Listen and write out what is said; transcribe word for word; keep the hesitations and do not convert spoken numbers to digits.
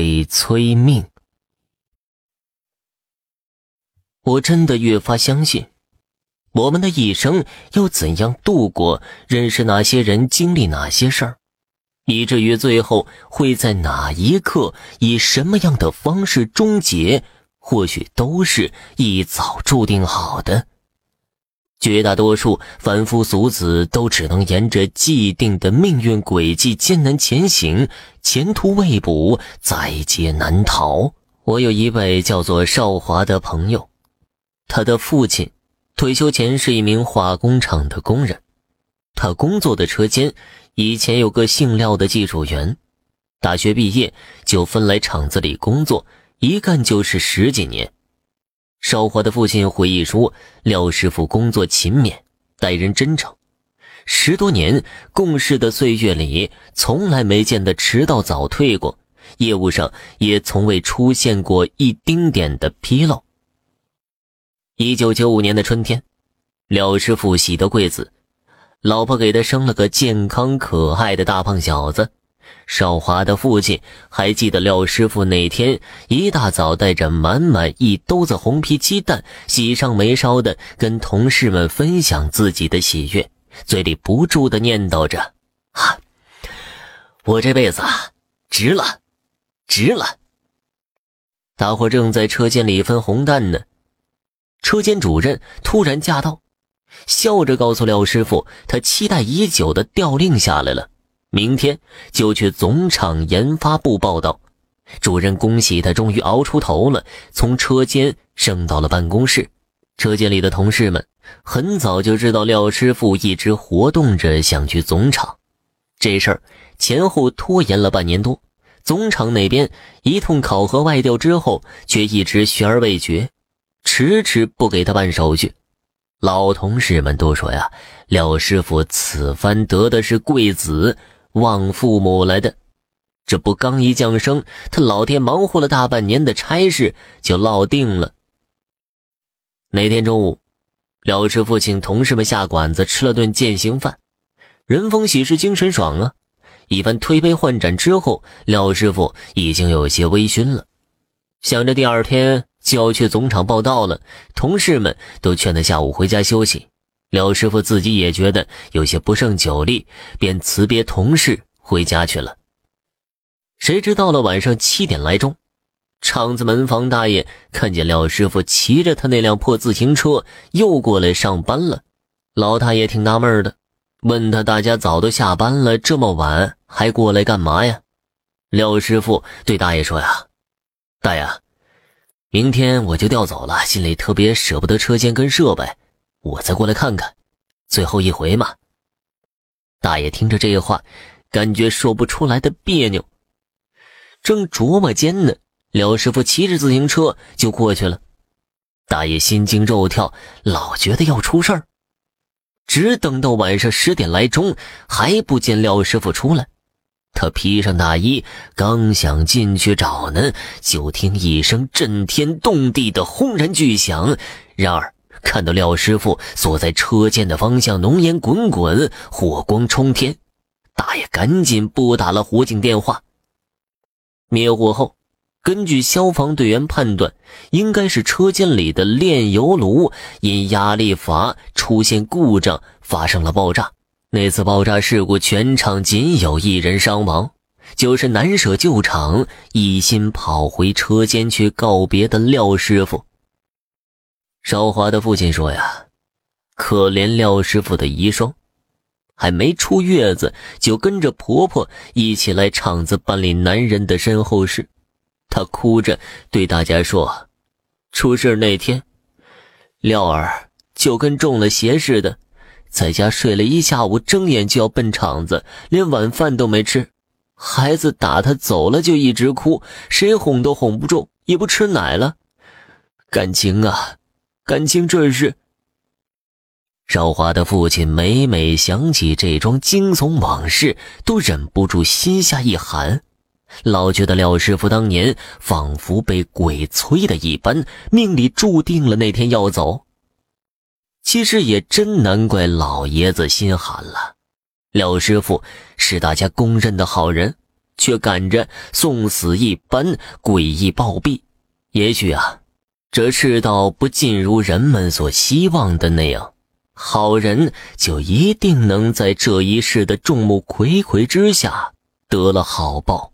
鬼催命。我真的越发相信，我们的一生要怎样度过，认识哪些人，经历哪些事儿，以至于最后会在哪一刻以什么样的方式终结，或许都是一早注定好的。绝大多数凡夫俗子都只能沿着既定的命运轨迹艰难前行，前途未卜，在劫难逃。我有一位叫做少华的朋友，他的父亲退休前是一名化工厂的工人，他工作的车间以前有个姓廖的技术员，大学毕业就分来厂子里工作，一干就是十几年。少华的父亲回忆说，廖师傅工作勤勉，待人真诚，十多年共事的岁月里，从来没见他迟到早退过，业务上也从未出现过一丁点的纰漏。一九九五年的春天，廖师傅喜得贵子，老婆给他生了个健康可爱的大胖小子。少华的父亲还记得廖师傅那天一大早带着满满一兜子红皮鸡蛋，喜上眉梢的跟同事们分享自己的喜悦，嘴里不住的念叨着：啊，我这辈子啊，值了，值了。大伙正在车间里分红蛋呢，车间主任突然驾到，笑着告诉廖师傅，他期待已久的调令下来了，明天就去总厂研发部报道。主任恭喜他终于熬出头了，从车间升到了办公室。车间里的同事们很早就知道廖师傅一直活动着想去总厂，这事儿前后拖延了半年多，总厂那边一通考核外调之后，却一直悬而未决，迟迟不给他办手续。老同事们都说呀，廖师傅此番得的是贵子，望父母来的。这不刚一降生，他老爹忙活了大半年的差事就落定了。那天中午，廖师傅请同事们下馆子吃了顿饯行饭，人逢喜事精神爽啊。一番推杯换盏之后，廖师傅已经有些微醺了，想着第二天就要去总厂报到了，同事们都劝他下午回家休息。廖师傅自己也觉得有些不胜酒力，便辞别同事回家去了。谁知到了晚上七点来钟，厂子门房大爷看见廖师傅骑着他那辆破自行车又过来上班了。老大爷挺纳闷的，问他大家早都下班了，这么晚还过来干嘛呀？廖师傅对大爷说呀，大爷，明天我就调走了，心里特别舍不得车间跟设备，我再过来看看，最后一回嘛。大爷听着这话，感觉说不出来的别扭。正琢磨间呢，廖师傅骑着自行车就过去了。大爷心惊肉跳，老觉得要出事儿。只等到晚上十点来钟，还不见廖师傅出来。他披上大衣，刚想进去找呢，就听一声震天动地的轰然巨响。然而看到廖师傅所在车间的方向浓烟滚滚，火光冲天，大爷赶紧拨打了火警电话。灭火后，根据消防队员判断，应该是车间里的炼油炉因压力阀出现故障发生了爆炸。那次爆炸事故全场仅有一人伤亡，就是难舍旧厂，一心跑回车间去告别的廖师傅。少华的父亲说呀，可怜廖师傅的遗孀，还没出月子就跟着婆婆一起来厂子办理男人的身后事。她哭着对大家说，出事那天，廖儿就跟中了邪似的，在家睡了一下午，睁眼就要奔厂子，连晚饭都没吃。孩子打他走了就一直哭，谁哄都哄不住，也不吃奶了。感情啊，感情这是……少华的父亲每每想起这桩惊悚往事，都忍不住心下一寒，老觉得廖师傅当年仿佛被鬼催的一般，命里注定了那天要走。其实也真难怪老爷子心寒了，廖师傅是大家公认的好人， 却赶着送死一般诡异暴毙。也许啊，这世道不尽如人们所希望的那样，好人就一定能在这一世的众目睽睽之下得了好报。